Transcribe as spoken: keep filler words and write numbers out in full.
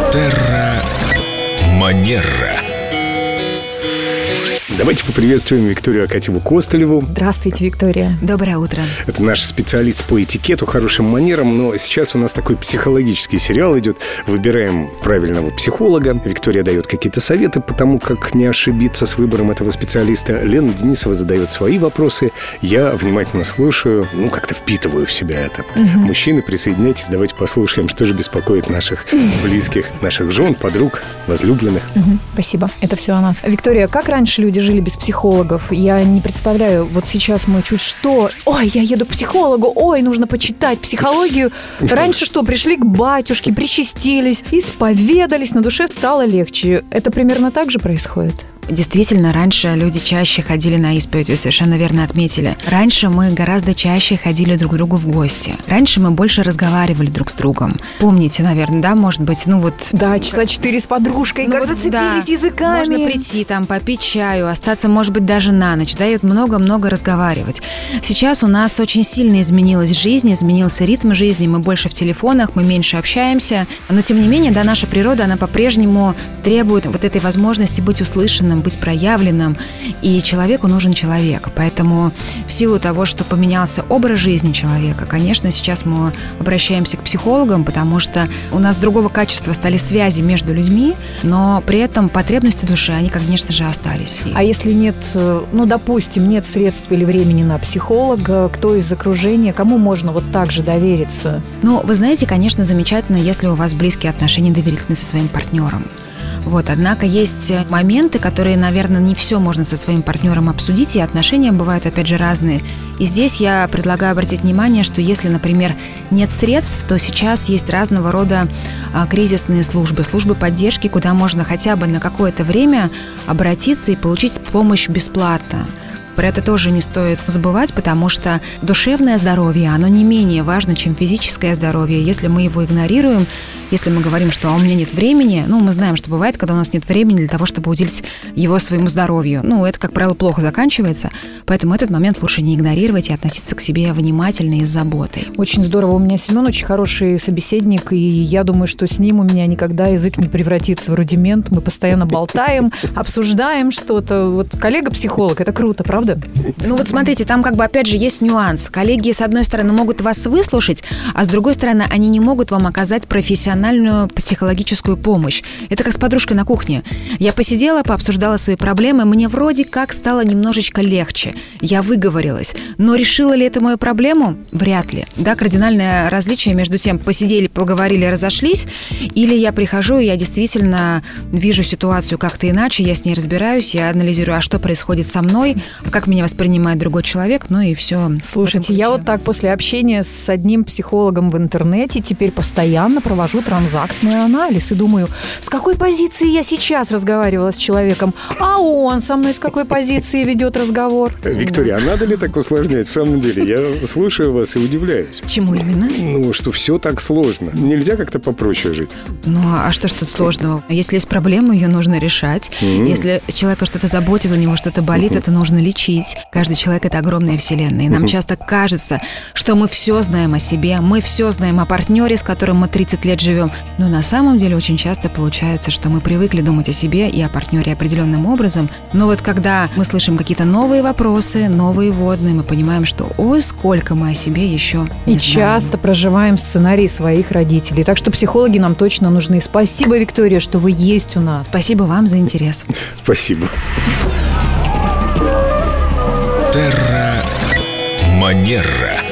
Терра Манера. Давайте поприветствуем Викторию Акатьеву-Костылеву. Здравствуйте, Виктория. Доброе утро. Это наш специалист по этикету, хорошим манерам. Но сейчас у нас такой психологический сериал идет. Выбираем правильного психолога. Виктория дает какие-то советы по тому, как не ошибиться с выбором этого специалиста. Лена Денисова задает свои вопросы. Я внимательно слушаю, ну, как-то впитываю в себя это. Угу. Мужчины, присоединяйтесь, давайте послушаем, что же беспокоит наших близких, наших жен, подруг, возлюбленных. Угу. Спасибо. Это все о нас. Виктория, как раньше люди жили без психологов? Я не представляю, вот сейчас мы чуть что... Ой, я еду к психологу, ой, нужно почитать психологию. Раньше что, пришли к батюшке, причастились, исповедались, на душе стало легче. Это примерно так же происходит? Действительно, раньше люди чаще ходили на исповедь, вы совершенно верно отметили. Раньше мы гораздо чаще ходили друг к другу в гости. Раньше мы больше разговаривали друг с другом. Помните, наверное, да, может быть, ну вот... Да, часа четыре с подружкой, ну как вот, зацепились да, языками. Можно прийти там, попить чаю, остаться, может быть, даже на ночь, да, и вот много-много разговаривать. Сейчас у нас очень сильно изменилась жизнь, изменился ритм жизни, мы больше в телефонах, мы меньше общаемся, но, тем не менее, да, наша природа, она по-прежнему требует вот этой возможности быть услышанным, быть проявленным, и человеку нужен человек. Поэтому в силу того, что поменялся образ жизни человека, конечно, сейчас мы обращаемся к психологам, потому что у нас другого качества стали связи между людьми, но при этом потребности души, они, конечно же, остались. А если нет, ну, допустим, нет средств или времени на психолога, кто из окружения, кому можно вот так же довериться? Ну, вы знаете, конечно, замечательно, если у вас близкие отношения доверительные со своим партнером. Вот, однако есть моменты, которые, наверное, не все можно со своим партнером обсудить, и отношения бывают, опять же, разные. И здесь я предлагаю обратить внимание, что если, например, нет средств, то сейчас есть разного рода а, кризисные службы, службы поддержки, куда можно хотя бы на какое-то время обратиться и получить помощь бесплатно. Про это тоже не стоит забывать, потому что душевное здоровье, оно не менее важно, чем физическое здоровье. Если мы его игнорируем, если мы говорим, что «а у меня нет времени», ну, мы знаем, что бывает, когда у нас нет времени для того, чтобы уделить его своему здоровью. Ну, это, как правило, плохо заканчивается, поэтому этот момент лучше не игнорировать и относиться к себе внимательно и с заботой. Очень здорово. У меня Семен очень хороший собеседник, и я думаю, что с ним у меня никогда язык не превратится в рудимент. Мы постоянно болтаем, обсуждаем что-то. Вот коллега-психолог, это круто, правда? Ну вот смотрите, там как бы опять же есть нюанс. Коллеги, с одной стороны, могут вас выслушать, а с другой стороны, они не могут вам оказать профессиональную психологическую помощь. Это как с подружкой на кухне. Я посидела, пообсуждала свои проблемы, мне вроде как стало немножечко легче. Я выговорилась. Но решила ли это мою проблему? Вряд ли. Да, кардинальное различие между тем, посидели, поговорили, разошлись, или я прихожу, и я действительно вижу ситуацию как-то иначе, я с ней разбираюсь, я анализирую, а что происходит со мной, как меня воспринимает другой человек, ну и все. Слушайте, я вот так после общения с одним психологом в интернете теперь постоянно провожу транзактный анализ и думаю, с какой позиции я сейчас разговаривала с человеком, а он со мной с какой позиции ведет разговор. Виктория, а надо ли так усложнять? В самом деле, я слушаю вас и удивляюсь. Чему именно? Ну, что все так сложно. Нельзя как-то попроще жить? Ну, а что ж тут сложного? Если есть проблема, ее нужно решать. Mm-hmm. Если человека что-то заботит, у него что-то болит, mm-hmm. это нужно лечить. Каждый человек – это огромная вселенная. И нам mm-hmm. часто кажется, что мы все знаем о себе, мы все знаем о партнере, с которым мы тридцать лет живем. Но на самом деле очень часто получается, что мы привыкли думать о себе и о партнере определенным образом. Но вот когда мы слышим какие-то новые вопросы, новые вводные, мы понимаем, что ой, сколько мы о себе еще не И знаем. часто проживаем сценарии своих родителей. Так что психологи нам точно нужны. Спасибо, Виктория, что вы есть у нас. Спасибо вам за интерес. Спасибо. Терра Манера.